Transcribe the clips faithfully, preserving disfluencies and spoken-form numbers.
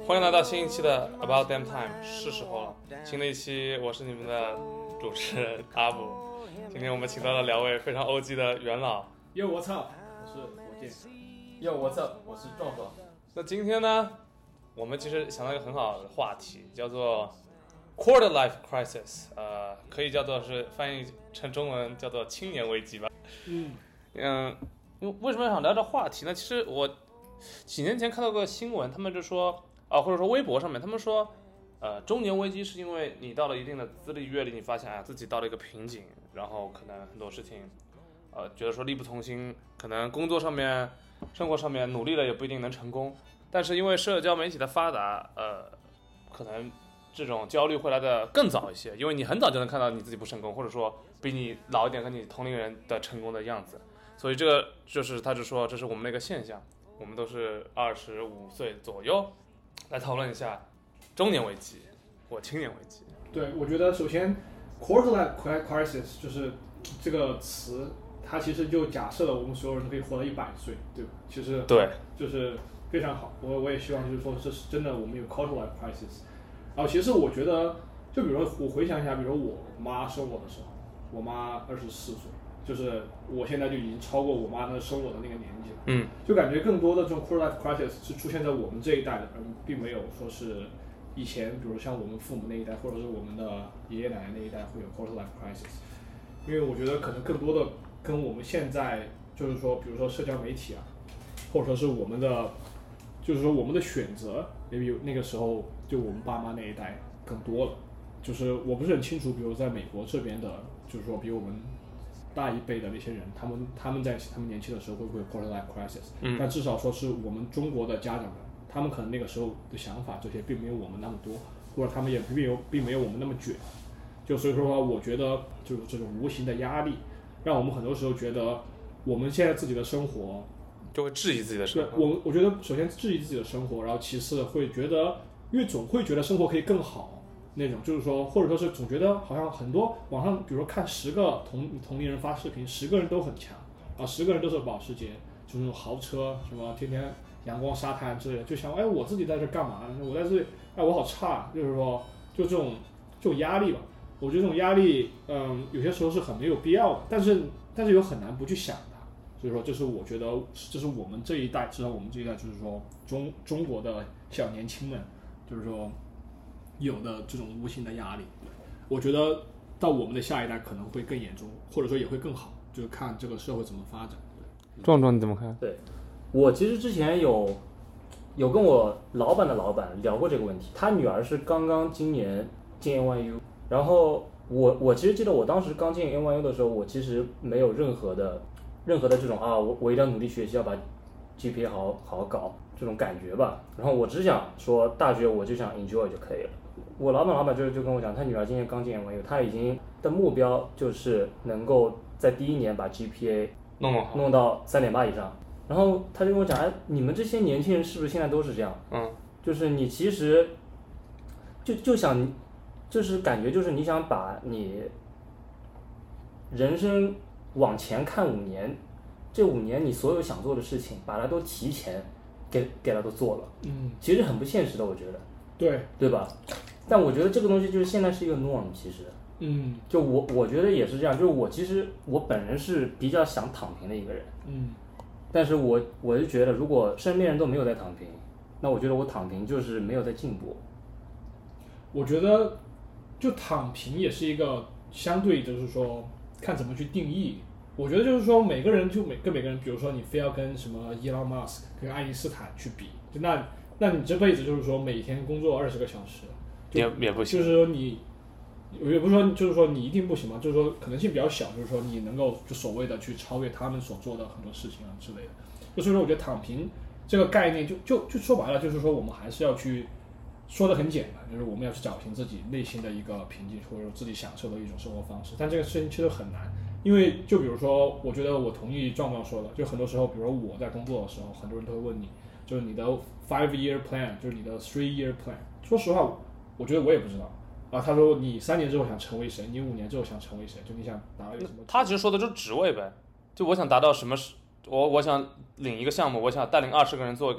欢迎来到新一期的 About Damn Time， 是时候了。新的一期，我是你们的主持人阿布。今天我们请到了两位非常 O G 的元老。 Yo what's up？ 我是火箭。 Yo what's up？ 我是壮壮。 那今天呢，我们其实想到一个很好的话题，叫做 Quarter Life Crisis， 呃，可以叫做是翻译成中文叫做青年危机吧。 嗯嗯，为什么想聊这话题呢？其实我几年前看到个新闻，他们就说啊，或者说微博上面，他们说，呃，中年危机是因为你到了一定的资历阅历，你发现啊自己到了一个瓶颈，然后可能很多事情，呃，觉得说力不从心，可能工作上面、生活上面努力了也不一定能成功，但是因为社交媒体的发达，呃，可能这种焦虑会来的更早一些，因为你很早就能看到你自己不成功，或者说比你老一点跟你同龄人的成功的样子，所以这个就是他就说这是我们的一个现象，我们都是二十五岁左右。来讨论一下中年危机或青年危机。 对，我觉得首先 quarter life crisis 就是这个词，它其实就假设了我们所有人都可以活到一百岁，对吧？其实对， 就是非常好。我我也希望就是说，这是真的，我们有 quarter life crisis。然后其实我觉得，就比如说我回想一下，比如说我妈生我的时候，我妈二十四岁。就是我现在就已经超过我妈那生我的那个年纪了， 嗯， 就感觉更多的这种 quarter life crisis 是出现在我们这一代的，而并没有说是以前，比如像我们父母那一代，或者是我们的爷爷奶奶那一代会有 quarter life crisis。因为我觉得可能更多的跟我们现在就是说，比如说社交媒体啊，或者说是我们的，就是说我们的选择 ，maybe 那个时候就我们爸妈那一代更多了。就是我不是很清楚，比如在美国这边的，就是说比我们大一辈的那些人，他们他们在他们年轻的时候会不会有 quarter life crisis？、嗯、但至少说是我们中国的家长们，他们可能那个时候的想法这些并没有我们那么多，或者他们也并没有并没有我们那么卷。就所以说的话，我觉得就是这种无形的压力，让我们很多时候觉得我们现在自己的生活就会质疑自己的生活。 对，我我觉得首先质疑自己的生活，然后其次会觉得，因为总会觉得生活可以更好。那种就是说，或者说是总觉得好像很多网上，比如说看十个同同龄人发视频，十个人都很强啊，十个人都是保时捷，就是那种豪车，什么天天阳光沙滩之类的，就想哎我自己在这干嘛呢？我在这里哎我好差，就是说就这种这种压力吧。我觉得这种压力，嗯，有些时候是很没有必要的，但是但是又很难不去想它。所以说，这是我觉得这是我们这一代，至少我们这一代就是说中中国的小年轻们，就是说。有的这种无形的压力，我觉得到我们的下一代可能会更严重，或者说也会更好，就是看这个社会怎么发展。 壮壮你怎么看？ 对，我其实之前有有跟我老板的老板聊过这个问题，他女儿是刚刚今年进 N Y U， 然后我我其实记得我当时刚进 N Y U 的时候，我其实没有任何的任何的这种啊，我我一定要努力学习，要把 G P A 好好好搞这种感觉吧。然后我只想说大学我就想 enjoy 就可以了。我老板老板就就跟我讲，他女儿今年刚进 N Y U， 他已经的目标就是能够在第一年把 G P A 弄弄好， 弄到三点八以上。然后他就跟我讲，哎，你们这些年轻人是不是现在都是这样？ 嗯， 就是你其实就就想，就是感觉就是你想把你人生往前看五年，这五年你所有想做的事情，把它都提前给给它都做了。 嗯， 其实很不现实的，我觉得。 对， 对吧？但我觉得这个东西就是现在是一个 norm， 其实， 嗯， 就我我觉得也是这样，就是我其实我本人是比较想躺平的一个人， 嗯， 但是我我就觉得如果身边人都没有在躺平，那我觉得我躺平就是没有在进步。 我觉得就躺平也是一个相对就是说看怎么去定义。我觉得就是说每个人就每跟每个人，比如说你非要跟什么伊朗马斯克跟爱因斯坦去比，就那。那你这辈子就是说每天工作二十个小时， 也也不行。 就是说你，也不是说就是说你一定不行嘛，就是说可能性比较小，就是说你能够就所谓的去超越他们所做的很多事情啊之类的。就所以说，我觉得躺平这个概念就就就说白了，就是说我们还是要去说的很简单，就是我们要去找寻自己内心的一个平静，或者说自己享受的一种生活方式。但这个事情其实很难，因为就比如说，我觉得我同意壮壮说的，就很多时候，比如说我在工作的时候，很多人都会问你。就是你的 five year plan， 就是你的 three year plan。说实话，我觉得我也不知道啊。他说你三年之后想成为谁，你五年之后想成为谁，就你想达到一个什么？ 他其实说的就是职位呗，就我想达到什么，我我想领一个项目，我想带领二十个人做一个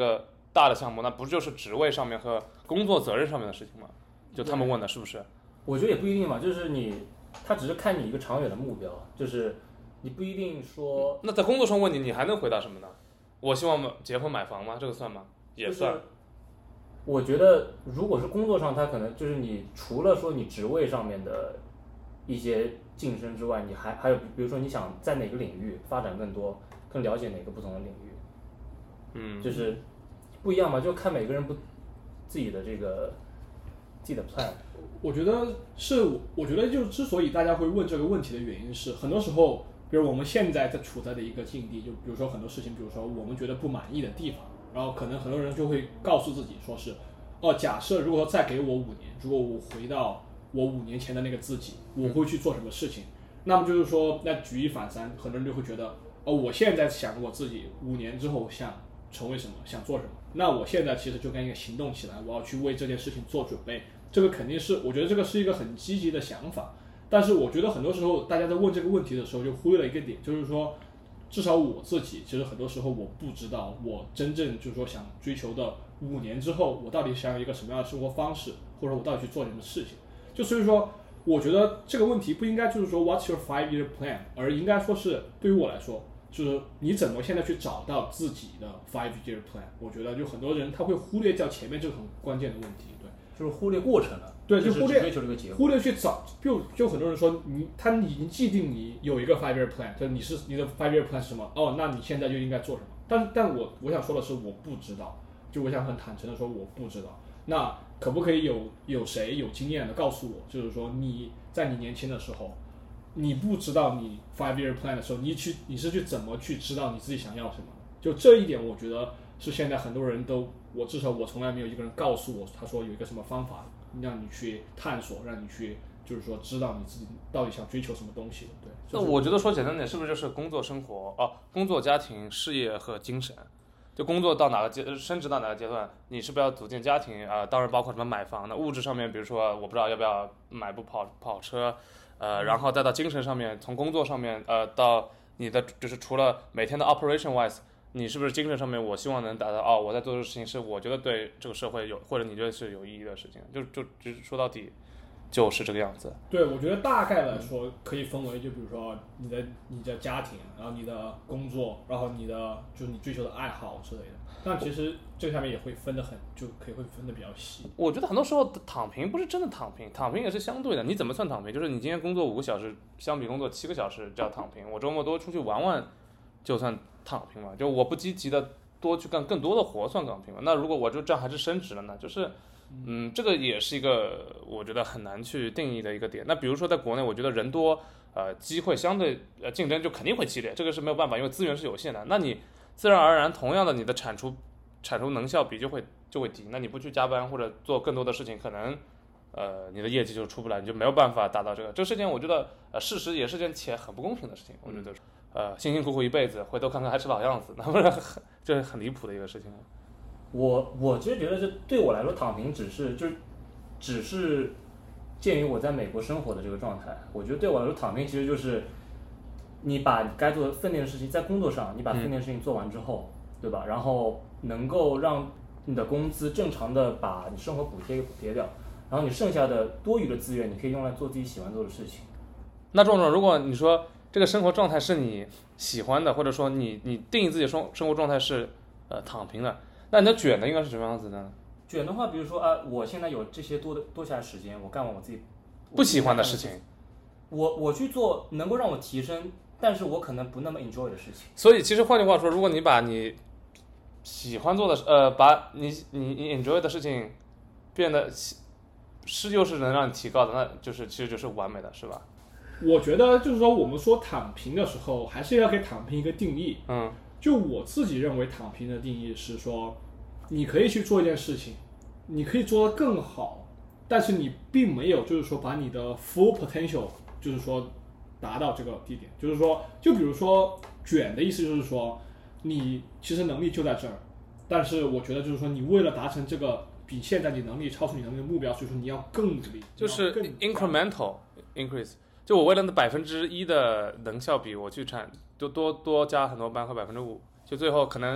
大的项目，那不就是职位上面和工作责任上面的事情吗？就他们问的是不是？ 我觉得也不一定嘛，就是你，他只是看你一个长远的目标，就是你不一定说。 那在工作上问你，你还能回答什么呢？我希望结婚买房吗？这个算吗？也算。 就是我觉得，如果是工作上，他可能就是你除了说你职位上面的一些晋升之外，你还还有比如说你想在哪个领域发展更多，更了解哪个不同的领域， 嗯， 就是不一样嘛，就看每个人不自己的这个自己的 plan。 我觉得是，我觉得就之所以大家会问这个问题的原因是，很多时候，比如我们现在在处在的一个境地，就比如说很多事情，比如说我们觉得不满意的地方，然后可能很多人就会告诉自己说是，哦，假设如果说再给我五年，如果我回到我五年前的那个自己，我会去做什么事情？那么就是说，那举一反三，很多人就会觉得，哦，我现在想我自己五年之后想成为什么，想做什么，那我现在其实就该应该行动起来，我要去为这件事情做准备。这个肯定是，我觉得这个是一个很积极的想法。但是我觉得很多时候大家在问这个问题的时候，就忽略了一个点，就是说，至少我自己，其实很多时候我不知道我真正就是说想追求的五年之后，我到底想要一个什么样的生活方式，或者我到底去做什么事情。就所以说，我觉得这个问题不应该就是说 What's your five year plan， 而应该说是对于我来说，就是你怎么现在去找到自己的 five year plan。我觉得就很多人他会忽略掉前面这个很关键的问题，对， 就是忽略过程了。 对，就忽略追求这个结果， 忽略去找，就就很多人说你他已经既定你有一个 five year plan， 就你是你的 five year plan 是什么？哦，那你现在就应该做什么？但但我我想说的是，我不知道，就我想很坦诚的说，我不知道。那可不可以有有谁有经验的告诉我，就是说你在你年轻的时候，你不知道你 five year plan 的时候，你去你是去怎么去知道你自己想要什么？就这一点，我觉得是现在很多人都，我至少我从来没有一个人告诉我，他说有一个什么方法。让你去探索，让你去就是说知道你自己到底想追求什么东西的，对。 那我觉得说简单点，是不是就是工作生活哦，工作、家庭、事业和精神？就工作到哪个阶，升职到哪个阶段，你是不是要组建家庭啊、呃？当然包括什么买房那物质上面，比如说我不知道要不要买部跑跑车，呃，然后再到精神上面，从工作上面呃到你的就是除了每天的 operation wise。你是不是精神上面，我希望能达到哦，我在做的事情是我觉得对这个社会有，或者你觉得是有意义的事情，就就就说到底就是这个样子。 对，我觉得大概来说可以分为，就比如说你的你的家庭，然后你的工作，然后你的就是你追求的爱好之类的。但其实这个下面也会分得很，就可以会分得比较细。 我觉得很多时候躺平不是真的躺平，躺平也是相对的。你怎么算躺平？就是你今天工作五个小时，相比工作七个小时叫躺平。我周末多出去玩玩，就算躺平嘛，就我不积极的多去干更多的活算躺平嘛。那如果我就这样还是升职了呢？就是，嗯，这个也是一个我觉得很难去定义的一个点。那比如说在国内，我觉得人多，呃，机会相对呃竞争就肯定会激烈，这个是没有办法，因为资源是有限的。那你自然而然，同样的你的产出产出能效比就会就会低。那你不去加班或者做更多的事情，可能呃你的业绩就出不来，你就没有办法达到这个。这个事情我觉得呃事实也是件且很不公平的事情，我觉得。呃，辛辛苦苦一辈子，回头看看还是老样子，那不是很这是很离谱的一个事情吗？ 我我其实觉得这对我来说躺平只是就是只是鉴于我在美国生活的这个状态，我觉得对我来说躺平其实就是你把该做的分内的事情在工作上，你把分内的事情做完之后，嗯、对吧？然后能够让你的工资正常的把你生活补贴给补贴掉，然后你剩下的多余的资源，你可以用来做自己喜欢做的事情。 那壮壮，如果你说这个生活状态是你喜欢的，或者说你你定义自己生生活状态是呃躺平的，那你的卷的应该是什么样子呢？ 卷的话，比如说啊，我现在有这些多的多下来时间，我干完我自己不喜欢的事情， 我我去做能够让我提升，但是我可能不那么 enjoy 的事情。 所以其实换句话说，如果你把你喜欢做的呃，把你你你 enjoy 的事情变得是就是能让你提高的，那就是其实就是完美的，是吧？ 我觉得就是说，我们说躺平的时候，还是要给躺平一个定义。 嗯， 就我自己认为，躺平的定义是说，你可以去做一件事情，你可以做得更好，但是你并没有就是说把你的 full potential 就是说达到这个地点。就是说，就比如说卷的意思就是说，你其实能力就在这儿，但是我觉得就是说，你为了达成这个比现在你能力超出你能力的目标，所以说你要更努力， 就是 incremental increase。就我为了那百分之一的能效比，我去产就多多加很多班和百分之五，就最后可能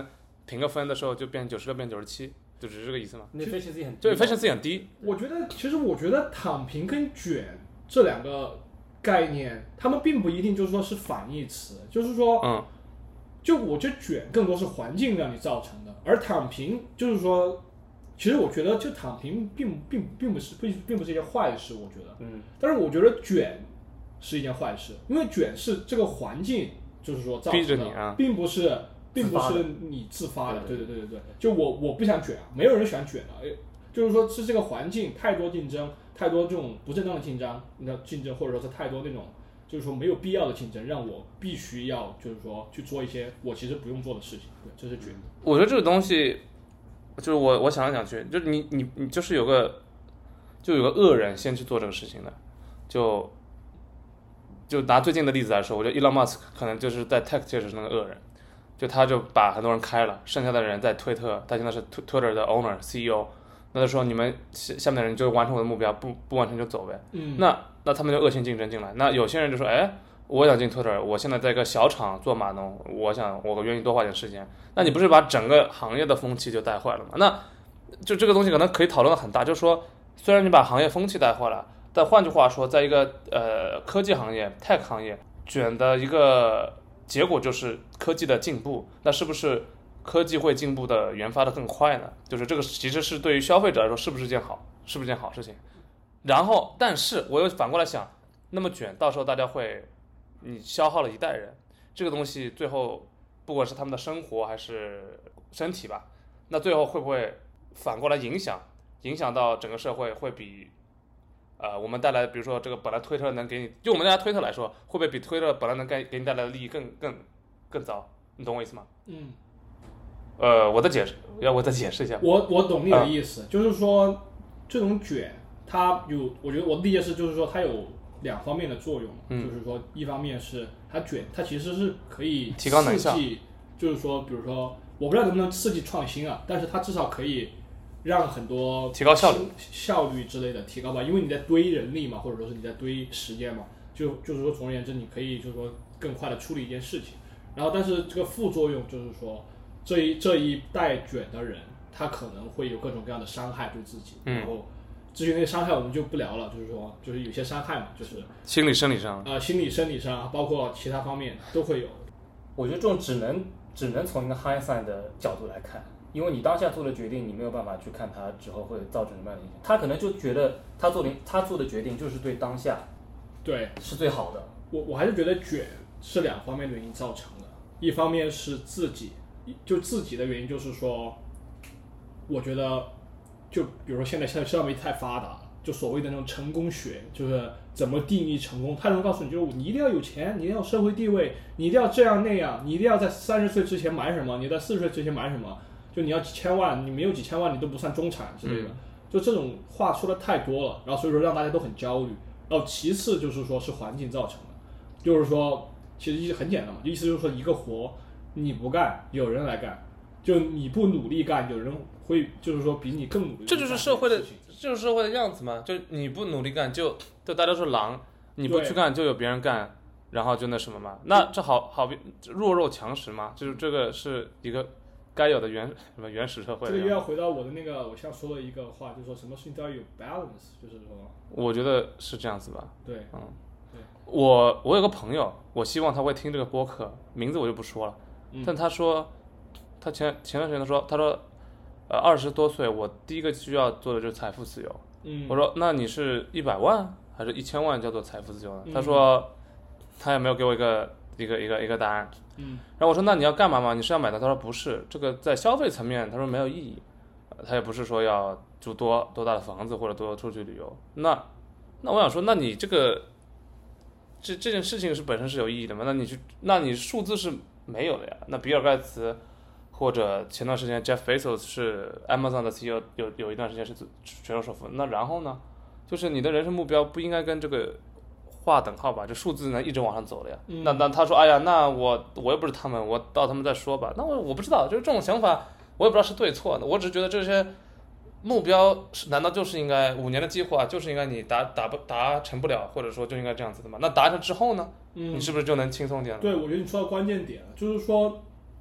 评个分的时候就变九十六变九十七，就只是这个意思吗？ 那 efficiency 很低， 对 efficiency 很低。 我觉得其实我觉得躺平跟卷这两个概念，他们并不一定就是说是反义词，就是说， 嗯， 就我觉得卷更多是环境让你造成的，而躺平就是说，其实我觉得就躺平并并并不是并并不是一件坏事，我觉得， 嗯， 但是我觉得卷是一件坏事，因为卷是这个环境就是说造成的， 逼着你啊， 并不是并不是你自发的，对对对对对，就我我不想卷啊，没有人喜欢卷的，就是说是这个环境太多竞争，太多这种不正当的竞争，那竞争或者说是太多那种就是说没有必要的竞争，让我必须要就是说去做一些我其实不用做的事情，对，这是卷。 我觉得这个东西，就是我我想来想去，就是你你你就是有个就有个恶人先去做这个事情的，就就拿最近的例子来说，我觉得 Elon Musk 可能就是在 tech 界是那个恶人，就他就把很多人开了，剩下的人在推特，他现在是 Twitter 的 owner C E O， 那他说你们下面的人就完成我的目标，不不完成就走呗， 嗯， 那那他们就恶性竞争进来，那有些人就说，哎，我想进 Twitter， 我现在在一个小厂做码农，我想我愿意多花点时间，那你不是把整个行业的风气就带坏了吗？那就这个东西可能可以讨论的很大，就是说，虽然你把行业风气带坏了，但换句话说，在一个呃科技行业 tech 行业卷的一个结果就是科技的进步，那是不是科技会进步的研发的更快呢？就是这个其实是对于消费者来说是不是件好，是不是件好事情？然后，但是我又反过来想，那么卷，到时候大家会，你消耗了一代人，这个东西最后不管是他们的生活还是身体吧，那最后会不会反过来影响，影响到整个社会，会比，呃，我们带来，比如说这个本来推特能给你，就我们大家推特来说，会不会比推特本来能给给你带来的利益更更更糟？你懂我意思吗？ 嗯， 呃，我再解释，要我再解释一下。 我我懂你的意思，嗯、就是说这种卷，它有，我觉得我的理解是，就是说它有两方面的作用， 嗯、 就是说一方面是它卷，它其实是可以提高能效， 就是说，比如说，我不知道能不能刺激创新啊，但是它至少可以让很多提高效率、 效率之类的提高吧，因为你在堆人力嘛，或者说是你在堆时间嘛，就就是说，总而言之，你可以就是说更快的处理一件事情。然后，但是这个副作用就是说，这一这一代卷的人，他可能会有各种各样的伤害对自己。 嗯、 然后，至于那个伤害，我们就不聊了。就是说，就是有些伤害嘛，就是心理、生理上， 呃，心理、生理上，包括其他方面都会有。 我觉得这种只能只能从一个 hindsight 的角度来看，因为你当下做的决定，你没有办法去看它之后会造成什么样的影响。他可能就觉得他做的他做的决定就是对当下， 对， 是最好的。 我我还是觉得卷是两方面的原因造成的，一方面是自己，就自己的原因就是说，我觉得，就比如说现在现在社交媒体太发达了，就所谓的那种成功学，就是怎么定义成功，他能告诉你，就是你一定要有钱，你一定要有社会地位，你一定要这样那样，你一定要在三十岁之前买什么，你在四十岁之前买什么，就你要几千万，你没有几千万你都不算中产之类的， 嗯、 就这种话说的太多了，然后所以说让大家都很焦虑。然后其次就是说是环境造成的，就是说其实很简单嘛，意思就是说一个活你不干，有人来干，就你不努力干，有人会就是说比你更努力。 这就是社会的，这就是社会的样子嘛。就你不努力干，就就大家说狼，你不去干就有别人干，然后就那什么嘛。那这好好比弱肉强食嘛，就是这个是一个该有的原什么原始社会。 这个又要回到我的那个我想说的一个话，就是说什么事情都要有 balance， 就是说。 我觉得是这样子吧。 对， 嗯， 对。 我我有个朋友，我希望他会听这个播客，名字我就不说了。 嗯、 但他说，他前前段时间他说，他说，呃，二十多岁，我第一个需要做的就是财富自由。 嗯。 我说，那你是一百万还是一千万叫做财富自由呢？ 嗯、 他说，他也没有给我一个一个一个一个答案。 嗯。 然后我说，那你要干嘛嘛？你是要买的？他说不是，这个在消费层面，他说没有意义。他也不是说要住多多大的房子或者多出去旅游。那那我想说，那你这个这这件事情是本身是有意义的吗？那你去，那你数字是没有的呀。那比尔盖茨或者前段时间 Jeff Bezos 是 Amazon 的 C E O， 有有一段时间是全球首富。那然后呢，就是你的人生目标不应该跟这个划等号吧？这数字能一直往上走的呀。 嗯、 那那他说，哎呀，那我我又不是他们，我到他们再说吧。那我我不知道，就是这种想法。我也不知道是对错的，我只是觉得这些目标是难道就是应该五年的计划就是应该你达达不达成不了，或者说就应该这样子的吗？那达成之后呢？ 嗯， 你是不是就能轻松点了？ 对，我觉得你说到关键点了，就是说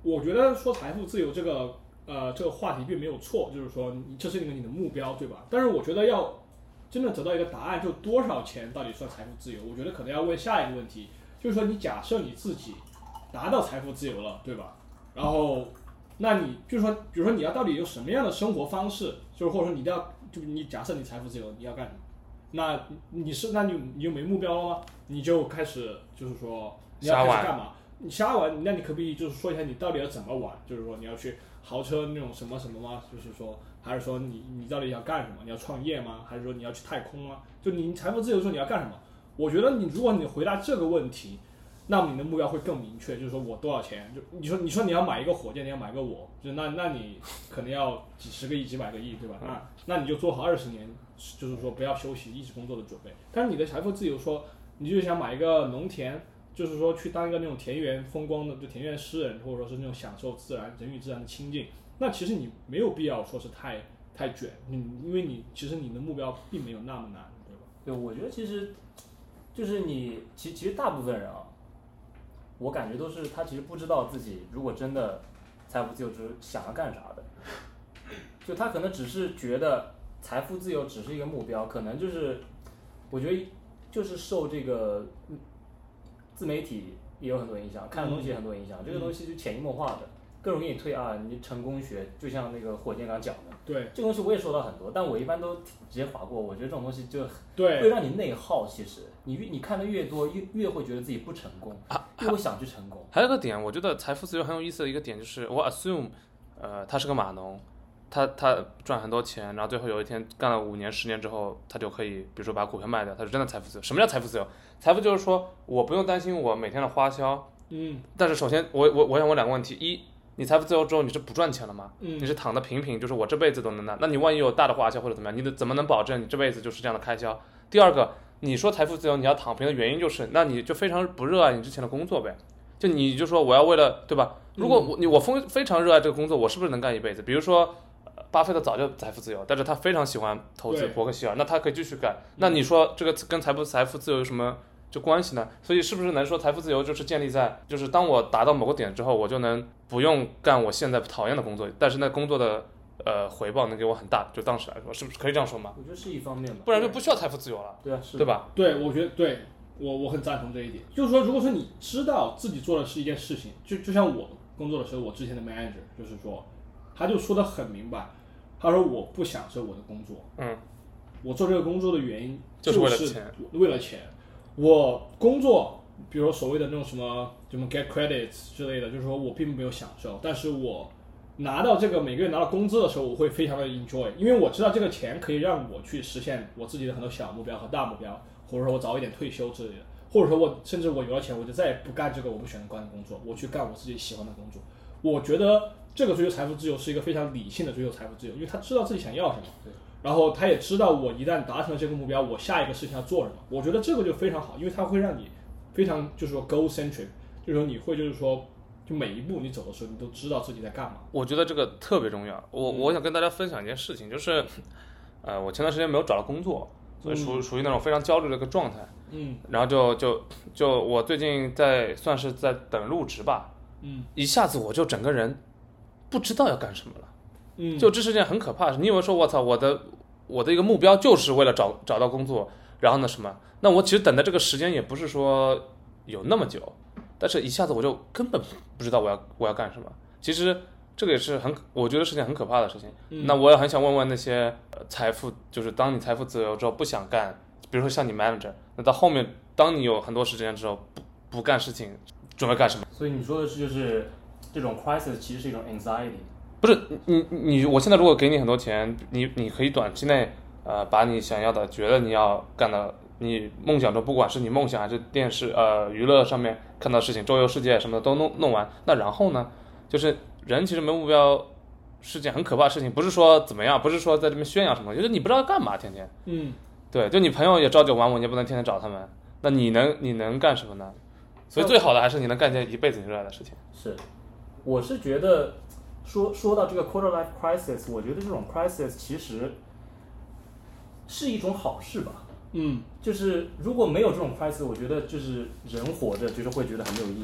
我觉得说财富自由这个呃这个话题并没有错，就是说你这是一个你的目标，对吧？但是我觉得要真的得到一个答案，就多少钱到底算财富自由？我觉得可能要问下一个问题，就是说你假设你自己达到财富自由了，对吧？然后那你就是说，比如说你要到底有什么样的生活方式，就是或者说你要就你假设你财富自由，你要干什么？那你是那你你就没目标了吗？你就开始就是说你要开始干嘛？你瞎玩，那你可不可以就是说一下你到底要怎么玩？就是说你要去豪车那种什么什么吗？就是说还是说你你到底要干什么？你要创业吗？还是说你要去太空吗？就你财富自由的时候你要干什么？我觉得你如果你回答这个问题，那么你的目标会更明确，就是说我多少钱？就你说你说你要买一个火箭，你要买个我，就那那你可能要几十个亿、几百个亿，对吧？那那你就做好二十年，就是说不要休息，一直工作的准备。但是你的财富自由说，你就想买一个农田。就是说去当一个那种田园风光的，就田园诗人，或者说是那种享受自然、人与自然的亲近。那其实你没有必要说是太太卷，嗯，因为你其实你的目标并没有那么难，对吧？ 对，我觉得其实就是你，其其实大部分人啊，我感觉都是他其实不知道自己如果真的财富自由就是想要干啥的，就他可能只是觉得财富自由只是一个目标，可能就是我觉得就是受这个。自媒体也有很多影响，看的东西也很多影响，嗯、这个东西就潜移默化的，更容易你推啊，你成功学，就像那个火箭刚讲的， 对， 这个东西我也说到很多，但我一般都直接划过，我觉得这种东西就对会让你内耗，其实你越你看的越多，越越会觉得自己不成功，啊、越会想去成功。 还有个点，我觉得财富自由很有意思的一个点就是，我 assume， 呃，他是个码农。他他赚很多钱，然后最后有一天干了五年、十年之后，他就可以，比如说把股票卖掉，他就真的财富自由。什么叫财富自由？财富就是说我不用担心我每天的花销， 嗯。 但是首先我我我想问两个问题：一，你财富自由之后你是不赚钱了吗？ 嗯。 你是躺得平平，就是我这辈子都能拿，那你万一有大的花销或者怎么样，你的怎么能保证你这辈子就是这样的开销？第二个，你说财富自由你要躺平的原因就是，那你就非常不热爱你之前的工作呗。就你就说我要为了对吧？如果我你我非非常热爱这个工作，我是不是能干一辈子？比如说。巴菲特早就财富自由，但是他非常喜欢投资伯克希尔，那他可以继续干。那你说这个跟财富财富自由有什么就关系呢？所以是不是能说财富自由就是建立在，就是当我达到某个点之后，我就能不用干我现在讨厌的工作，但是那工作的呃回报能给我很大，就当时来说，是不是可以这样说吗？ 我觉得是一方面吧， 不然就不需要财富自由了。 对啊，是对吧？ 对，我觉得对我我很赞同这一点。就是说，如果说你知道自己做的是一件事情，就就像我工作的时候，我之前的 manager 就是说，他就说得很明白。他说我不享受我的工作， 嗯， 我做这个工作的原因就是为了钱， 为了钱。我工作，比如所谓的那种什么什么 get credits 之类的，就是说我并没有享受，但是我拿到这个每个月拿到工资的时候，我会非常的 enjoy， 因为我知道这个钱可以让我去实现我自己的很多小目标和大目标，或者说我早一点退休之类的，或者说我甚至我有了钱，我就再也不干这个我不喜欢干的工作，我去干我自己喜欢的工作。我觉得这个追求财富自由是一个非常理性的追求财富自由，因为他知道自己想要什么，然后他也知道我一旦达成了这个目标，我下一个事情要做什么。我觉得这个就非常好，因为它会让你非常就是说 goal centric， 就是说你会就是说就每一步你走的时候，你都知道自己在干嘛。 我觉得这个特别重要。我我想跟大家分享一件事情，就是，呃，我前段时间没有找到工作，所以属属于那种非常焦虑的一个状态。 嗯。 然后就就就我最近在算是在等入职吧。 嗯。 一下子我就整个人不知道要干什么了。 嗯。 就这是件很可怕的事。你以为说我操，我的我的一个目标就是为了找找到工作，然后呢什么？那我其实等的这个时间也不是说有那么久。但是一下子我就根本不知道我要我要干什么。其实这个也是很，我觉得是件很可怕的事情。 嗯、 那我也很想问问那些、呃、财富，就是当你财富自由之后不想干，比如说像你 manager， 那到后面当你有很多时间之后不不干事情，准备干什么？ 所以你说的是就是这种 crisis 其实是一种 anxiety。 不是你你我现在如果给你很多钱，你你可以短期内呃把你想要的觉得你要干的。你梦想中，不管是你梦想还是电视呃娱乐上面看到的事情，周游世界什么的都弄弄完，那然后呢，就是人其实没目标是件很可怕的事情，不是说怎么样，不是说在这边宣扬什么，就是你不知道要干嘛，天天， 嗯， 对，就你朋友也朝九晚五，你也不能天天找他们，那你能你能干什么呢？所以最好的还是你能干件一辈子你热爱的事情。 是，我是觉得说说到这个 quarter life crisis， 我觉得这种 crisis 其实是一种好事吧。 嗯， 就是如果没有这种 crisis， 我觉得就是人活着就是会觉得很没有意义。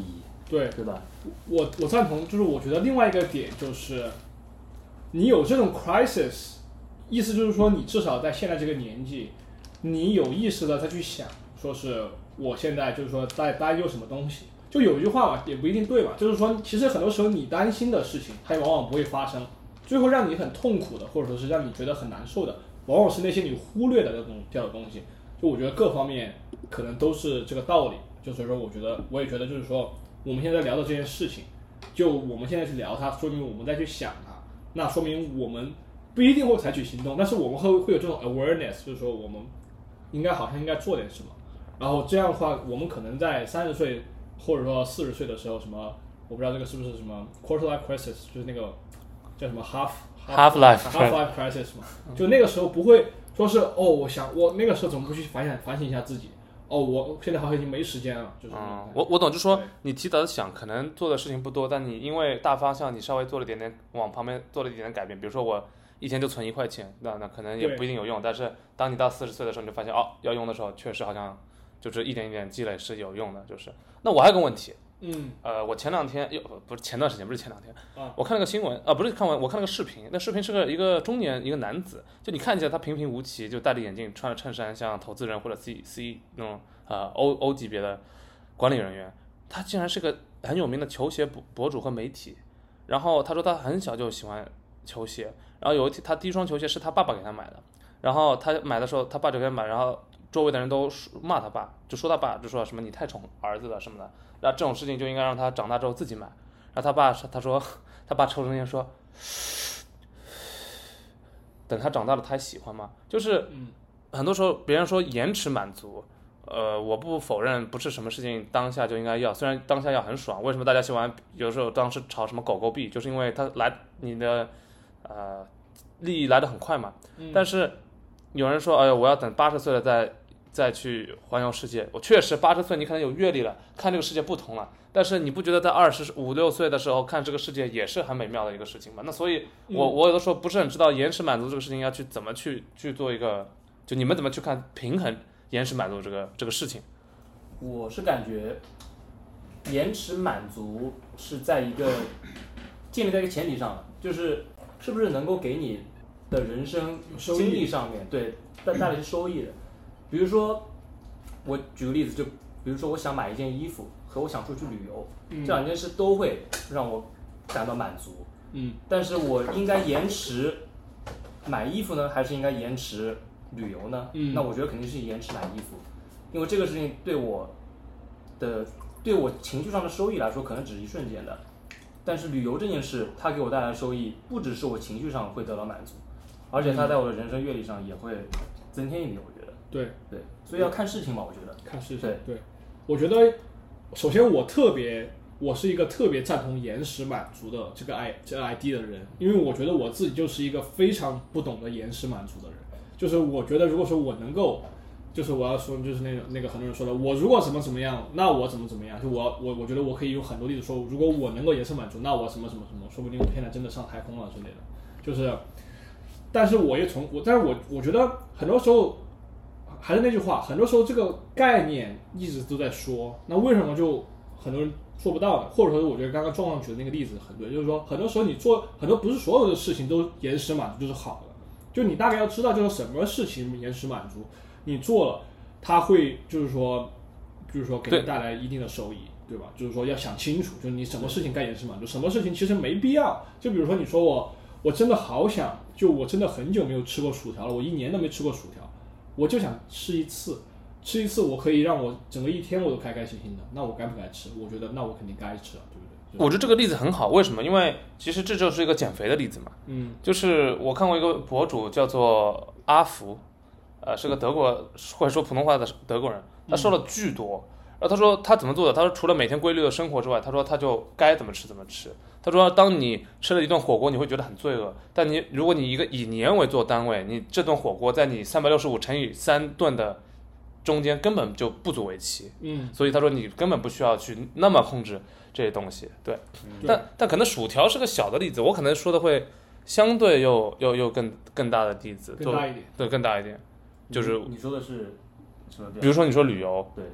对对吧？ 我我赞同，就是我觉得另外一个点就是，你有这种 crisis， 意思就是说你至少在现在这个年纪，你有意识的再去想，说是我现在就是说在担忧什么东西。就有一句话嘛，也不一定对嘛，就是说其实很多时候你担心的事情，它往往不会发生，最后让你很痛苦的，或者说是让你觉得很难受的，往往是那些你忽略的那种这样的东西。就我觉得各方面可能都是这个道理。就所以说，我觉得我也觉得就是说，我们现在聊的这件事情，就我们现在去聊它，说明我们在去想它，那说明我们不一定会采取行动，但是我们会会有这种 awareness， 就是说我们应该好像应该做点什么。然后这样的话，我们可能在三十岁或者说四十岁的时候，什么我不知道这个是不是什么 quarter life crisis， 就是那个叫什么 half half life half life crisis 嘛，就那个时候不会说是哦，我想我那个时候怎么不去反省反省一下自己。哦，我现在好像已经没时间了，就是。 嗯，我我懂，就是说你提早想，可能做的事情不多，但你因为大方向，你稍微做了一点点往旁边做了一点点改变。比如说我一天就存一块钱，那那可能也不一定有用，但是当你到四十岁的时候，你就发现哦，要用的时候确实好像就是一点一点积累是有用的。就是，那我还有个问题， 嗯， 呃，我前两天又不是前段时间，不是前两天， 啊， 我看了个新闻啊，不是看完，我看了个视频，那视频是个一个中年一个男子，就你看起来他平平无奇，就戴着眼镜，穿着衬衫，像投资人或者 C C 那种。呃，欧欧级别的管理人员，他竟然是个很有名的球鞋博博主和媒体。然后他说他很小就喜欢球鞋，然后有一天他第一双球鞋是他爸爸给他买的，然后他买的时候他爸就给他买，然后周围的人都骂他爸，就说他爸，就说什么你太宠儿子了什么的，那这种事情就应该让他长大之后自己买。然后他爸他说他爸抽着烟说，等他长大了他还喜欢吗？就是很多时候别人说延迟满足。呃，我不否认，不是什么事情当下就应该要。虽然当下要很爽，为什么大家喜欢？有时候当时炒什么狗狗币，就是因为它来你的呃利益来得很快嘛。 嗯、 但是有人说，哎呀，我要等八十岁了再再去环游世界。我确实八十岁你可能有阅历了，看这个世界不同了。但是你不觉得在二十五六岁的时候看这个世界也是很美妙的一个事情吗？那所以我，我我有的时候不是很知道延迟满足这个事情要去怎么去去做一个，就你们怎么去看平衡？延迟满足这个这个事情， 我是感觉延迟满足是在一个建立在一个前提上的，就是是不是能够给你的人生经历上面对带带来一些收益的。比如说，我举个例子，就比如说我想买一件衣服和我想出去旅游， 嗯、 这两件事都会让我感到满足。 嗯， 但是我应该延迟买衣服呢，还是应该延迟旅游呢？ 嗯， 那我觉得肯定是延迟买衣服，因为这个事情对我的对我情绪上的收益来说，可能只是一瞬间的。但是旅游这件事，它给我带来的收益，不只是我情绪上会得到满足，而且它在我的人生阅历上也会增添一笔。我觉得， 对对，所以要看事情嘛，我觉得看事情。 对对，我觉得首先我特别，我是一个特别赞同延迟满足的这个 i 这个 idea 的人，因为我觉得我自己就是一个非常不懂得延迟满足的人。就是我觉得，如果说我能够，就是我要说，就是那个那个很多人说的，我如果怎么怎么样，那我怎么怎么样，就我我我觉得我可以有很多例子说，如果我能够延迟满足，那我什么什么什么，说不定我现在真的上太空了之类的。就是，但是我也从我，但是我我觉得很多时候还是那句话，很多时候这个概念一直都在说，那为什么就很多人做不到呢？或者说，我觉得刚刚壮壮举的那个例子很对，就是说很多时候你做很多不是所有的事情都延迟满足就是好的。就你大概要知道，就是什么事情延迟满足，你做了，它会就是说，就是说给你带来一定的收益， 对, 对吧？就是说要想清楚，就是你什么事情该延迟满足，什么事情其实没必要。就比如说你说我，我真的好想，就我真的很久没有吃过薯条了，我一年都没吃过薯条，我就想吃一次，吃一次我可以让我整个一天我都开开心心的，那我该不该吃？我觉得那我肯定该吃了，对不对？ 我觉得这个例子很好，为什么？因为其实这就是一个减肥的例子嘛。 嗯， 就是我看过一个博主叫做阿福，呃，是个德国会说普通话的德国人，他瘦了巨多。然后他说他怎么做的？他说除了每天规律的生活之外，他说他就该怎么吃怎么吃。他说当你吃了一顿火锅，你会觉得很罪恶，但你如果你一个以年为做单位，你这顿火锅在你三百六十五乘以三顿的中间根本就不足为奇。 嗯， 所以他说你根本不需要去那么控制这些东西。对，嗯、但但可能薯条是个小的例子，我可能说的会相对又又又更更大的例子， 更大一点， 对，更大一点，就是你说的是什么？ 比如说你说旅游， 对。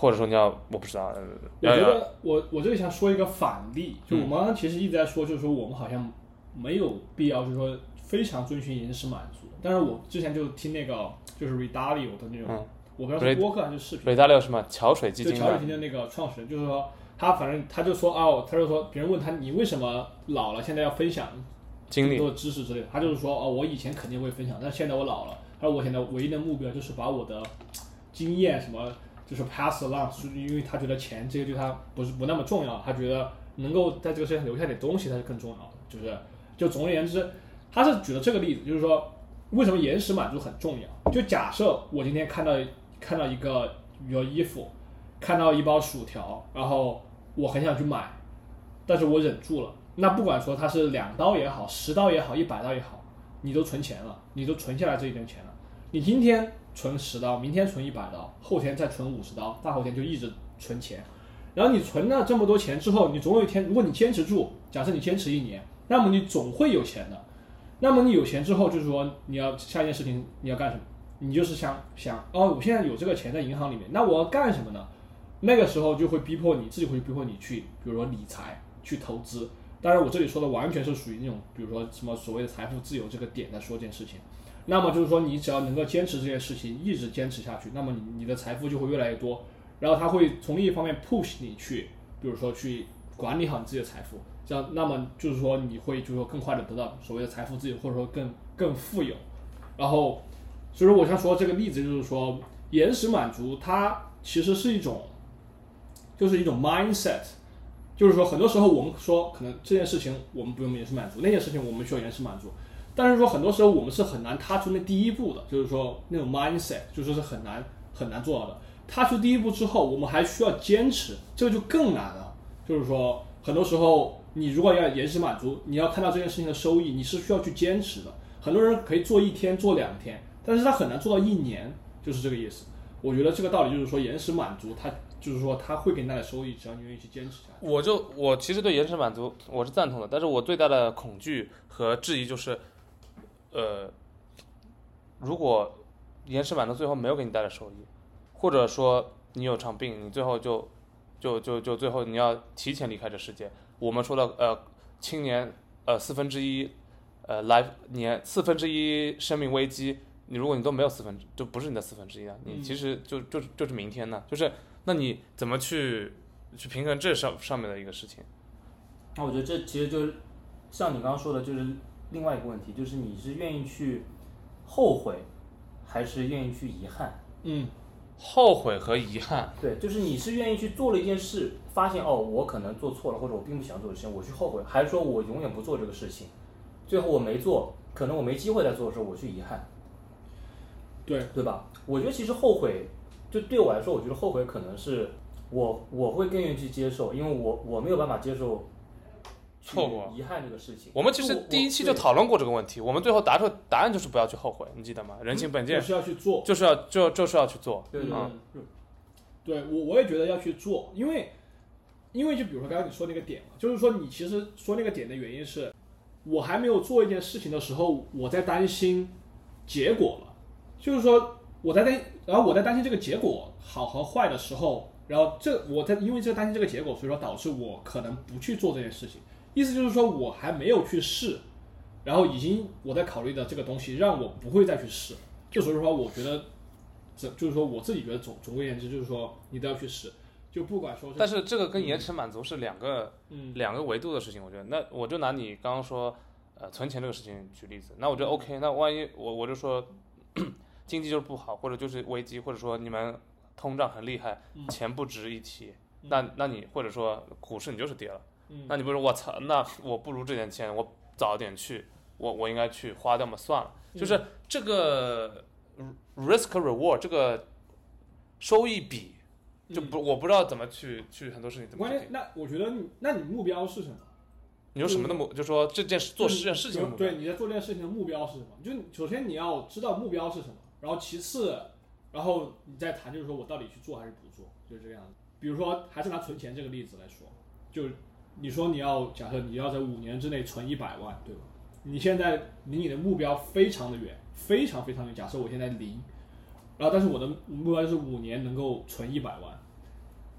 或者说你要我不知道。 我觉得我我这里想说一个反例，就我们刚刚其实一直在说，就是说我们好像没有必要，就是说非常遵循延时满足。但是我之前就听那个就是 Redalio 的那种，嗯、我不知道是播客还是视频。 Redalio 什么桥水基金？ 就桥水基金的那个创始人，就是说他反正他就说哦，他就说别人问他你为什么老了，现在要分享经历、 多知识之类的，他就是说哦，我以前肯定会分享，但现在我老了，他说我现在唯一的目标就是把我的经验什么。就是 pass along， 因为他觉得钱这个对他不是不那么重要，他觉得能够在这个世界上留下点东西才是更重要的。就是就总而言之，他是举了这个例子，就是说为什么延时满足很重要。就假设我今天看到看到一个比如衣服，看到一包薯条，然后我很想去买，但是我忍住了。那不管说它是两刀也好，十刀也好，一百刀也好，你都存钱了，你都存下来这一点钱了。你今天存十刀，明天存一百刀，后天再存五十刀，大后天就一直存钱。然后你存了这么多钱之后，你总有一天，如果你坚持住，假设你坚持一年，那么你总会有钱的。那么你有钱之后，就是说你要下一件事情你要干什么？你就是想想哦，我现在有这个钱在银行里面，那我要干什么呢？那个时候就会逼迫你自己会逼迫你去，比如说理财、去投资。当然，我这里说的完全是属于那种，比如说什么所谓的财富自由这个点在说这件事情。那么就是说，你只要能够坚持这件事情，一直坚持下去，那么你你的财富就会越来越多。然后它会从另一方面 push 你去，比如说去管理好你自己的财富，这样那么就是说你会就是说更快的得到所谓的财富自由，或者说更更富有。然后，所以说我想说这个例子就是说，延时满足它其实是一种，就是一种 mindset。就是说，很多时候我们说，可能这件事情我们不用延时满足，那件事情我们需要延时满足。但是说，很多时候我们是很难踏出那第一步的，就是说那种 mindset， 就是是很难很难做到的。踏出第一步之后，我们还需要坚持，这个就更难了。就是说，很多时候你如果要延时满足，你要看到这件事情的收益，你是需要去坚持的。很多人可以做一天、做两天，但是他很难做到一年，就是这个意思。我觉得这个道理就是说，延时满足它。就是说，它会给你带来收益，只要你愿意去坚持下去。 我就我其实对延时满足我是赞同的，但是我最大的恐惧和质疑就是，呃，如果延时满足最后没有给你带来收益，或者说你有场病，你最后就就就就最后你要提前离开这世界。我们说的呃青年呃四分之一呃 life 年四分之一生命危机，你如果你都没有四分，就不是你的四分之一啊，你其实就就就是明天呢，就是。那你怎么去去平衡这上上面的一个事情？ 那我觉得这其实就是像你刚刚说的，就是另外一个问题，就是你是愿意去后悔，还是愿意去遗憾？ 嗯， 后悔和遗憾。 对，就是你是愿意去做了一件事，发现哦，我可能做错了，或者我并不想做的事情，我去后悔，还是说我永远不做这个事情，最后我没做，可能我没机会再做的时候，我去遗憾。 对， 对吧？我觉得其实后悔。就对我来说，我觉得后悔可能是我我会更愿意去接受，因为我我没有办法接受错过遗憾这个事情。 我们其实第一期就讨论过这个问题，我们最后答出答案就是不要去后悔，你记得吗？人情本嗯、 贱、 就是要去做， 就是要就就是要去做。 对对对， 嗯、对我我也觉得要去做，因为因为就比如说刚刚你说那个点嘛，就是说你其实说那个点的原因是，我还没有做一件事情的时候，我在担心结果了，就是说。我在担，然后我在担心这个结果好和坏的时候，然后这我在因为这个担心这个结果，所以说导致我可能不去做这件事情。意思就是说我还没有去试，然后已经我在考虑的这个东西让我不会再去试。就所以说，我觉得这就是说我自己觉得总总而言之就是说你都要去试，就不管说是。 但是这个跟延迟满足是两个、 嗯、 两个维度的事情，我觉得。那我就拿你刚刚说呃存钱这个事情举例子，那我觉得 OK， 那万一我我就说。经济就是不好，或者就是危机，或者说你们通胀很厉害， 嗯、 钱不值一提， 嗯、 那那你或者说股市你就是跌了， 嗯、 那你不是我操，那我不如这点钱我早点去，我我应该去花掉嘛，算了， 嗯、 就是这个 risk reward 这个收益比就不、嗯、我不知道怎么去去很多事情怎么去。 关键那我觉得你那你目标是什么？ 你有什么的目，就说这件事做这件事情的目标， 对，你在做这件事情的目标是什么？就首先你要知道目标是什么，然后其次，然后你再谈就是说我到底去做还是不做，就是这个样子。比如说还是拿存钱这个例子来说，就你说你要假设你要在五年之内存一百万，对吧？你现在离你的目标非常的远，非常非常远。假设我现在零，然后但是我的目标就是五年能够存一百万，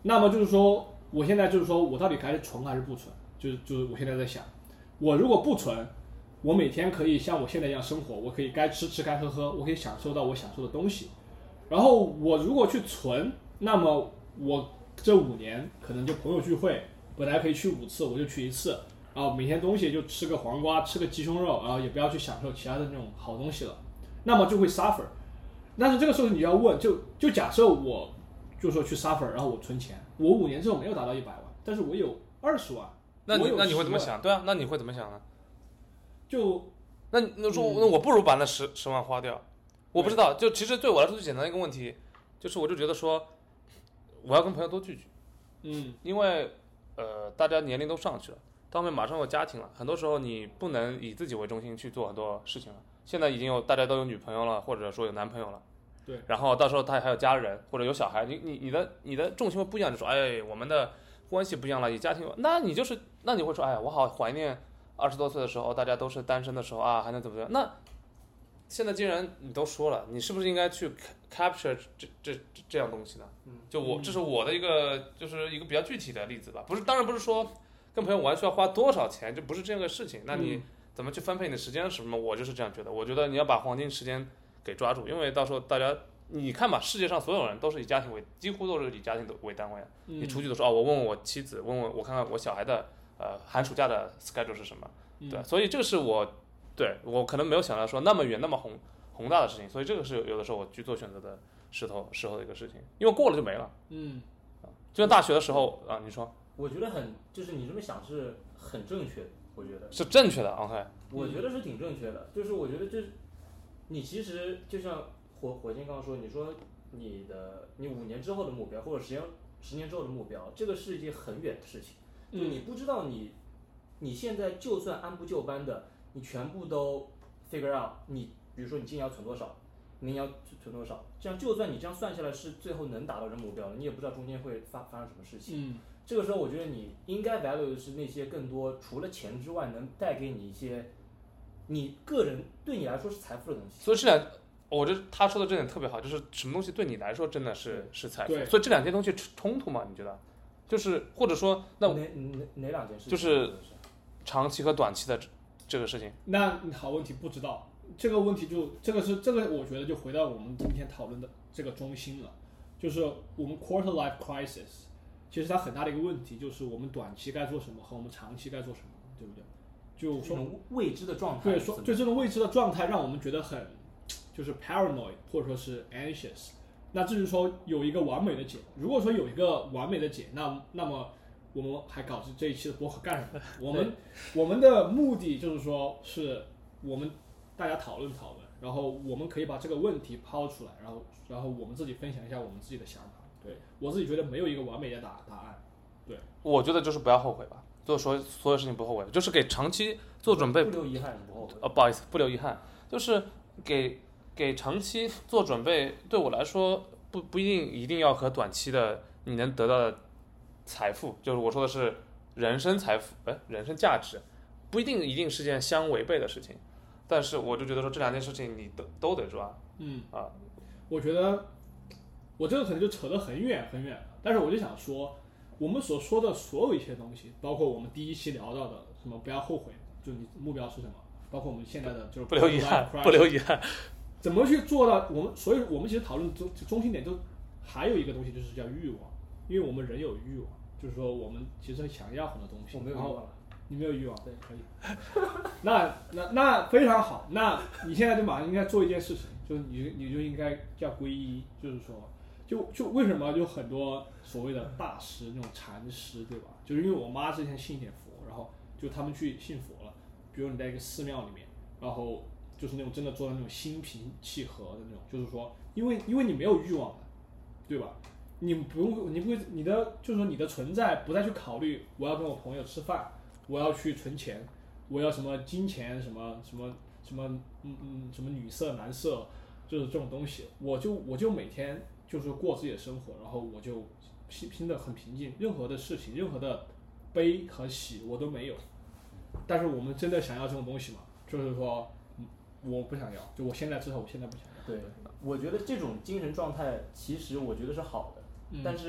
那么就是说，我现在就是说我到底该存还是不存？就是就是我现在在想，我如果不存，我每天可以像我现在一样生活，我可以该吃吃该喝喝，我可以享受到我享受的东西。然后我如果去存，那么我这五年可能就朋友聚会，本来可以去五次，我就去一次，然后每天东西就吃个黄瓜，吃个鸡胸肉，然后也不要去享受其他的那种好东西了，那么就会 suffer。但是这个时候你要问，就就假设我就说去 suffer， 然后我存钱，我五年之后没有达到一百万，但是我有二十万， 那你那你会十怎么想？对啊，那你会怎么想呢？ 就那那说、嗯、那我不如把那十十万花掉。我不知道，就其实对我来说最简单的一个问题，就是我就觉得说，我要跟朋友多聚聚， 嗯， 因为呃大家年龄都上去了，到后面马上有家庭了，很多时候你不能以自己为中心去做很多事情了。现在已经有大家都有女朋友了，或者说有男朋友了， 对， 然后到时候他还有家人或者有小孩，你你你的你的重心会不一样，就说哎我们的关系不一样了，以家庭，那你就是那你会说哎我好怀念二十多岁的时候大家都是单身的时候啊，还能怎么样？那现在既然你都说了，你是不是应该去 capture 这这这这样东西呢？就我这是我的一个就是一个比较具体的例子吧，不是当然不是说跟朋友玩需要花多少钱，这不是这样个事情。那你怎么去分配你的时间是什么？我就是这样觉得。我觉得你要把黄金时间给抓住，因为到时候大家你看吧，世界上所有人都是以家庭为，几乎都是以家庭为单位。你出去的时候，哦，我问问我妻子，问问我看看我小孩的呃寒暑假的 schedule 是什么，对，所以这个是我。对我可能没有想到说那么远那么宏宏大的事情，所以这个是有的时候我去做选择的时候时候的一个事情，因为过了就没了。 嗯， 就像大学的时候啊，你说， 我觉得很就是你这么想是很正确的，我觉得是正确的。OK， 我觉得是挺正确的，就是我觉得就是你其实就像火火箭刚刚说，你说你的你五年之后的目标或者十年十年之后的目标，这个是一件很远的事情，就你不知道你你现在就算按部就班的。你全部都 figure out， 你比如说你今年要存多少，明年要存多少，这样就算你这样算下来是最后能达到这目标的，你也不知道中间会发发生什么事情。 嗯， 这个时候我觉得你应该 value 的是那些更多除了钱之外能带给你一些你个人对你来说是财富的东西。 所以这两，我觉得他说的这点特别好，就是什么东西对你来说真的是是财富。所以这两件东西冲突吗？你觉得？就是或者说那哪哪哪两件事情？ 就是长期和短期的。这个事情， 那好问题不知道这个问题就这个是这个，我觉得就回到我们今天讨论的这个中心了，就是我们 quarter life crisis， 其实它很大的一个问题就是我们短期该做什么和我们长期该做什么，对不对？就说未知的状态， 对，说对这种未知的状态让我们觉得很就是 paranoid 或者说是 anxious。那至于说有一个完美的解，如果说有一个完美的解，那那么。我们还搞这这一期的播客干什么？我们我们的目的就是说，是我们大家讨论讨论，然后我们可以把这个问题抛出来，然后然后我们自己分享一下我们自己的想法。对我自己觉得没有一个完美的答答案。对， 我觉得就是不要后悔吧，做所所有事情不后悔，就是给长期做准备， 不留遗憾，不后悔。 呃，不好意思，不留遗憾，就是给给长期做准备。对我来说，不不一定一定要和短期的你能得到的。财富就是我说的是人生财富，哎，人生价值不一定一定是件相违背的事情，但是我就觉得说这两件事情你都都得抓。 嗯啊， 我觉得我这个可能就扯得很远很远了，但是我就想说，我们所说的所有一些东西，包括我们第一期聊到的什么不要后悔，就你目标是什么，包括我们现在的就是不留遗憾，不留遗憾， 怎么去做到我们？所以我们其实讨论中中心点就还有一个东西就是叫欲望。因为我们人有欲望，就是说我们其实想要很多东西。 我没有欲望了， 你没有欲望， 对，可以。 那那那非常好，那你现在就马上应该做一件事情，就是你你就应该叫皈依，就是说，就就为什么有很多所谓的大师那种禅师，对吧？就是因为我妈之前信一点佛，然后就他们去信佛了，比如你在一个寺庙里面，然后就是那种真的做到那种心平气和的那种，就是说，因为因为你没有欲望了，对吧？你不用，你不会，你的就是说你的存在不再去考虑我要跟我朋友吃饭，我要去存钱，我要什么金钱，什么什么什么，嗯嗯，什么女色男色，就是这种东西，我就我就每天就是过自己的生活，然后我就心心的很平静，任何的事情，任何的悲和喜我都没有。但是我们真的想要这种东西吗？就是说，我不想要，就我现在至少我现在不想要。 对，我觉得这种精神状态其实我觉得是好的。但是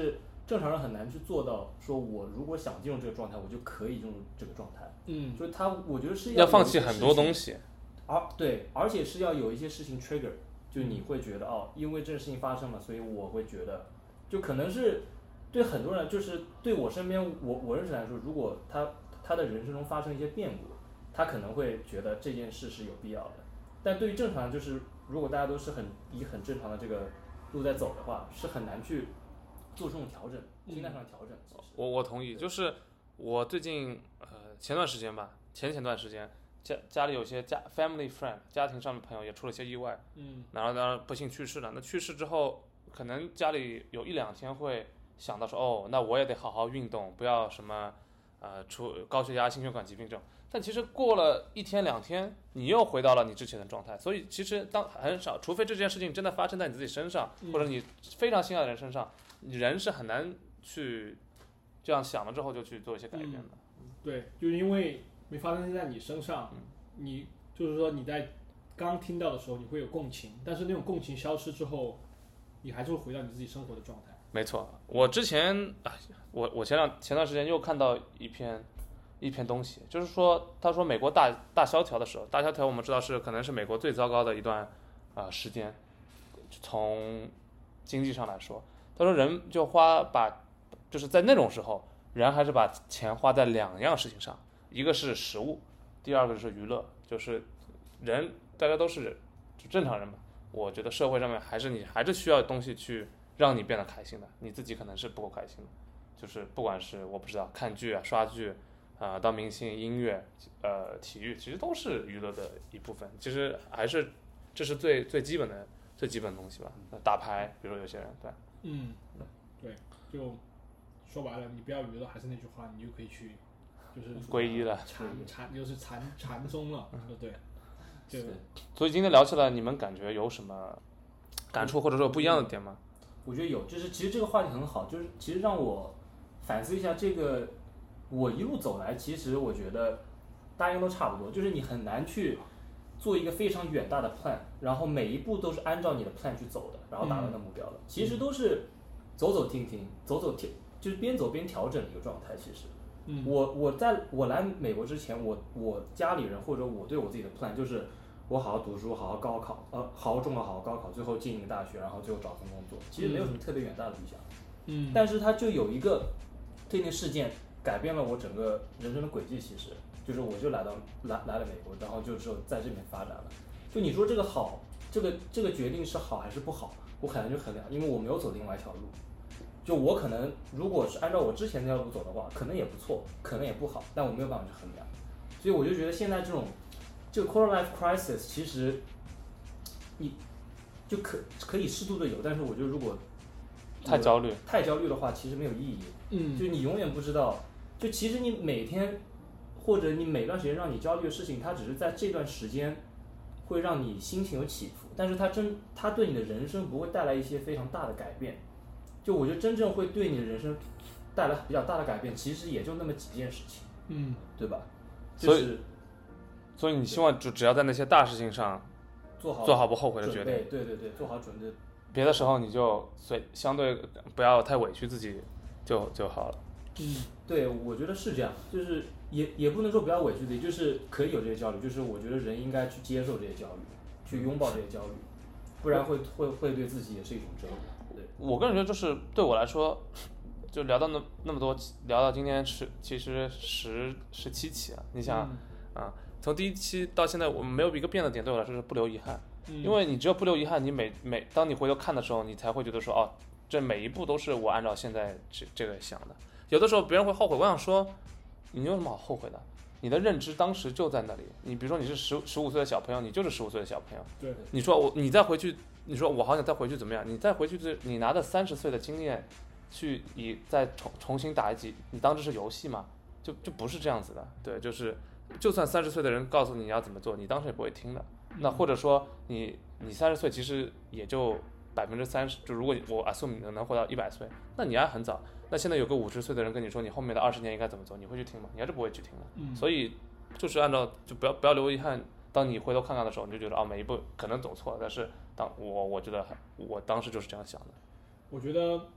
正常人很难去做到，说我如果想进入这个状态，我就可以进入这个状态。 嗯， 就是他，我觉得是要放弃很多东西， 而对，而且是要有一些事情 trigger， 就你会觉得哦，因为这个事情发生了，所以我会觉得，就可能是对很多人，就是对我身边我我认识来说，如果他他的人生中发生一些变故，他可能会觉得这件事是有必要的。但对于正常人，就是如果大家都是很以很正常的这个路在走的话，是很难去做这种调整，心态上的调整。其实我我同意，就是我最近呃前段时间吧，前前段时间家家里有些家 family friend 家庭上的朋友也出了些意外， 嗯， 然后当然不幸去世了。那去世之后，可能家里有一两天会想到说，哦，那我也得好好运动，不要什么呃出高血压、心血管疾病这种。但其实过了一天两天，你又回到了你之前的状态。所以其实当很少，除非这件事情真的发生在你自己身上， 嗯或者你非常心爱的人身上，人是很难去这样想了之后就去做一些改变的。 嗯、对，就是因为没发生在你身上， 嗯、 你就是说你在刚听到的时候你会有共情，但是那种共情消失之后，你还是会回到你自己生活的状态。 没错，我之前啊，我我前两前段时间又看到一篇。一篇东西，就是说，他说美国大大萧条的时候，大萧条我们知道是可能是美国最糟糕的一段啊、呃、时间，从经济上来说，他说人就花把就是在那种时候，人还是把钱花在两样事情上，一个是食物，第二个是娱乐，就是人大家都是人就正常人嘛，我觉得社会上面还是你还是需要东西去让你变得开心的，你自己可能是不够开心的，就是不管是我不知道看剧啊、刷剧。啊、呃，当明星、音乐、呃，体育，其实都是娱乐的一部分。其实还是这是最最基本的、最基本的东西吧。打牌，比如说有些人，对， 嗯，对，就说白了，你不要娱乐，还是那句话，你就可以去，就是皈依了， 禅禅就是禅禅宗了，对对。对。 所以今天聊起来，你们感觉有什么感触，或者说不一样的点吗？ 我觉得有，就是其实这个话题很好，就是其实让我反思一下这个。我一路走来，其实我觉得大家都差不多，就是你很难去做一个非常远大的 plan， 然后每一步都是按照你的 plan 去走的，然后达到那目标的。嗯、其实都是走走停停，走走调，就是边走边调整的一个状态。其实， 嗯， 我我在我来美国之前，我我家里人或者我对我自己的 plan 就是我好好读书，好好高考，呃，好好中考，好好高考，最后进一个大学，然后最后找份工作。其实没有什么特别远大的理想， 嗯， 但是它就有一个特定事件。改变了我整个人生的轨迹，其实就是我就来到来来了美国，然后就只有在这边发展了。就你说这个好，这个这个决定是好还是不好，我很难去衡量，因为我没有走另外一条路。就我可能如果是按照我之前那条路走的话，可能也不错，可能也不好，但我没有办法去衡量。所以我就觉得现在这种这个 quarter life crisis 其实你就可可以适度的有，但是我觉得如果太焦虑太焦虑的话，其实没有意义。 嗯， 就你永远不知道。就其实你每天，或者你每段时间让你焦虑的事情，它只是在这段时间会让你心情有起伏，但是它真它对你的人生不会带来一些非常大的改变。就我觉得真正会对你的人生带来比较大的改变，其实也就那么几件事情， 嗯， 对吧？ 所以，就是、所以你希望就只要在那些大事情上做好做好不后悔的决定， 对对对，做好准备。 别的时候你就随相对不要太委屈自己就就好了。 嗯， 对，我觉得是这样，就是也也不能说不要委屈自己，就是可以有这些焦虑，就是我觉得人应该去接受这些焦虑，去拥抱这些焦虑，不然会会会对自己也是一种折磨。对， 我个人觉得就是对我来说，就聊到那那么多，聊到今天是其实十十七期了，你想、嗯、啊，从第一期到现在，我们没有一个变的点，对我来说是不留遗憾， 嗯、 因为你只有不留遗憾，你每每当你回头看的时候，你才会觉得说哦，这每一步都是我按照现在这这个想的。有的时候别人会后悔，我想说，你有什么好后悔的？你的认知当时就在那里。你比如说你是十十五岁的小朋友，你就是十五岁的小朋友。 对。 你说我，你再回去，你说我好想再回去怎么样？你再回去，你拿着三十岁的经验，去以再重重新打一集，你当这是游戏吗？就就不是这样子的。对，就是就算三十岁的人告诉你要怎么做，你当时也不会听的。那或者说你你三十岁其实也就百分之三十，就如果我 assume 你能活到一百岁，那你还很早。那现在有个五十岁的人跟你说你后面的二十年应该怎么走，你会去听吗？你还是不会去听的。 嗯、 所以就是按照就不要不要留遗憾。当你回头看看的时候，你就觉得啊，每一步可能走错了，但是当我我觉得我当时就是这样想的。 我觉得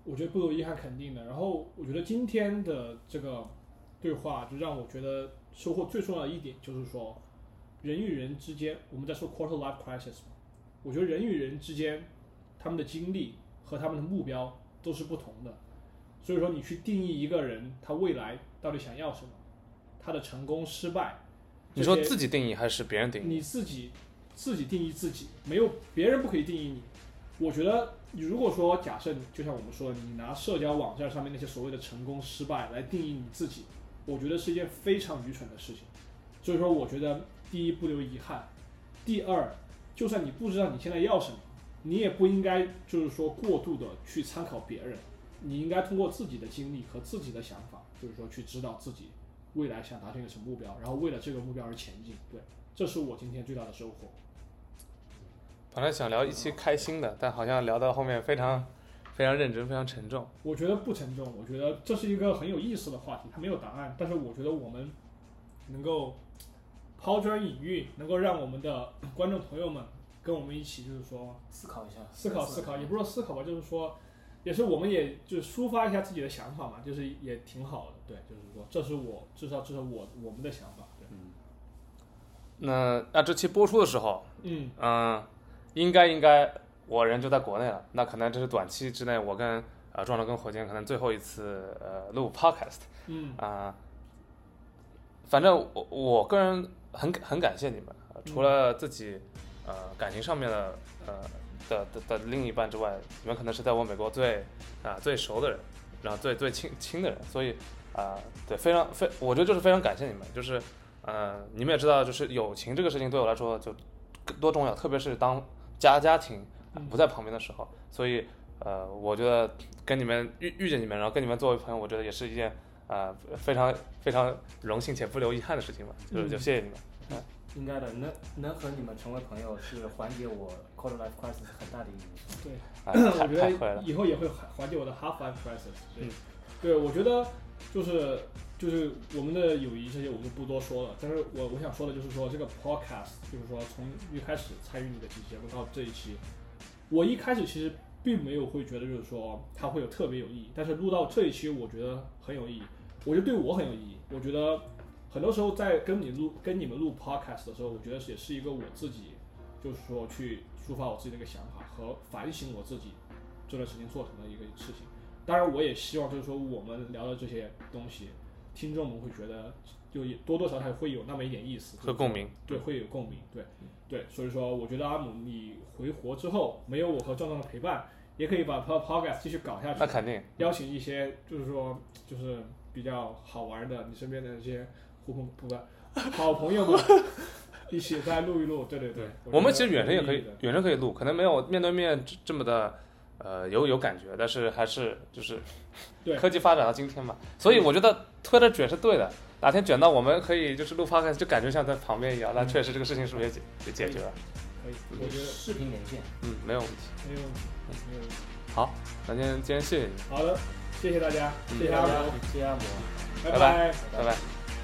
我觉得不留遗憾肯定的。然后我觉得今天的这个对话就让我觉得收获最重要的一点就是说，人与人之间，我们在说 quarter life crisis 嘛，我觉得人与人之间他们的经历和他们的目标都是不同的，所以说你去定义一个人他未来到底想要什么，他的成功失败， 你说自己定义还是别人定义？ 你自己自己定义自己，没有别人不可以定义你。我觉得你如果说假设就像我们说的，你拿社交网站上面那些所谓的成功失败来定义你自己，我觉得是一件非常愚蠢的事情。所以说我觉得第一不留遗憾，第二就算你不知道你现在要什么，你也不应该就是说过度的去参考别人，你应该通过自己的经历和自己的想法，就是说去知道自己未来想达成一个什么目标，然后为了这个目标而前进。对，这是我今天最大的收获。 本来想聊一期开心的，但好像聊到后面非常非常认真，非常沉重。 我觉得不沉重，我觉得这是一个很有意思的话题，它没有答案，但是我觉得我们能够抛砖引玉，能够让我们的观众朋友们跟我们一起就是说思考一下， 思考思考，也不是说思考吧，就是说，也是我们也就是抒发一下自己的想法嘛，就是也挺好的。对，就是说，这是我至少这是我我们的想法。对， 嗯。那那这期播出的时候， 嗯嗯、呃，应该应该我人就在国内了，那可能这是短期之内我跟呃壮壮跟火箭可能最后一次呃录 podcast。 嗯啊、呃，反正我我个人很很感谢你们，呃、除了自己呃感情上面的呃的的的另一半之外，你们可能是在我美国最啊、呃、最熟的人，然后最最亲亲的人，所以啊、呃、对非常非我觉得就是非常感谢你们，就是呃你们也知道，就是友情这个事情对我来说就多重要，特别是当家家庭不在旁边的时候，所以呃我觉得跟你们遇遇见你们，然后跟你们作为朋友，我觉得也是一件啊、呃、非常非常荣幸且不留遗憾的事情吧，就是就谢谢你们。嗯应该的，能能和你们成为朋友是缓解我 quarter life crisis 很大的一个因素。 对， 啊、 我觉太快了得以后也会缓解我的 half life crisis。对， 嗯， 对，我觉得就是就是我们的友谊这些我就不多说了，但是我我想说的就是说这个 podcast 就是说从一开始参与你的几期节目到这一期，我一开始其实并没有会觉得就是说它会有特别有意义，但是录到这一期我觉得很有意义，我觉得对我很有意义，我觉得。很多时候在跟你录、跟你们录 podcast 的时候，我觉得也是一个我自己，就是说去抒发我自己的一个想法和反省我自己这段时间做成的一个事情。当然，我也希望就是说我们聊的这些东西，听众们会觉得就多多少少会有那么一点意思和共鸣， 对，会有共鸣，对，对。所以说，我觉得阿姆你回国之后，没有我和壮壮的陪伴，也可以把 podcast 继续搞下去。 那肯定， 邀请一些就是说就是比较好玩的你身边的这些。不不不，好朋友们一起再录一录，对对对。 我们其实远程也可以，远程可以录，可能没有面对面这么的，呃，有有感觉，但是还是就是科技发展到今天嘛，所以我觉得推的卷是对的。哪天卷到我们可以就是录 podcast，就感觉像在旁边一样，那确实这个事情是不是也解也解决了？ 可以，我觉得视频连线， 嗯，没有问题， 没有问题，没有问题。 好，那今天今天谢谢你。 好的，谢谢大家，谢谢阿摩， 谢谢阿摩， 拜拜拜拜。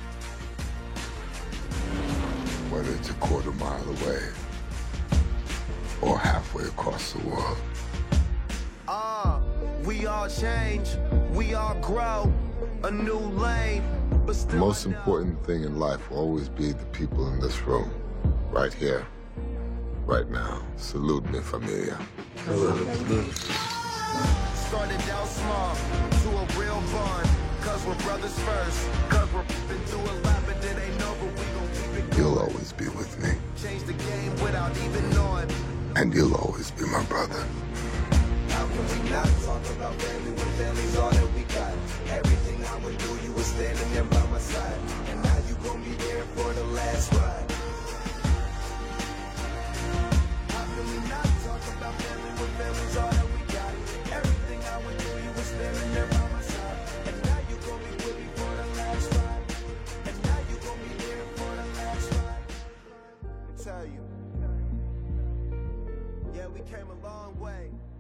Whether it's a quarter mile away or halfway across the world. Ah, uh, we all change, we all grow, a new lane. But still the most important thing in life will always be the people in this room, right here, right now. Salute me, familia. Started out small to a real bond, cause we're brothers first, cause we're been through a lot, but it ain't over, we gon' keep it going. You'll always be with me. Change the game without even knowing. And you'll always be my brother. How can we not talk about family when family's all that we got? Everything I went through, you were standing there by my side. And now you gon' be there for the last ride. How can we not talk about family when family's all that we got? Everything I went through, you were standing there by my side. And now you gon' be with me for the last ride. And now you gon' be there for the last ride. Let me tell you. Yeah, we came a long way.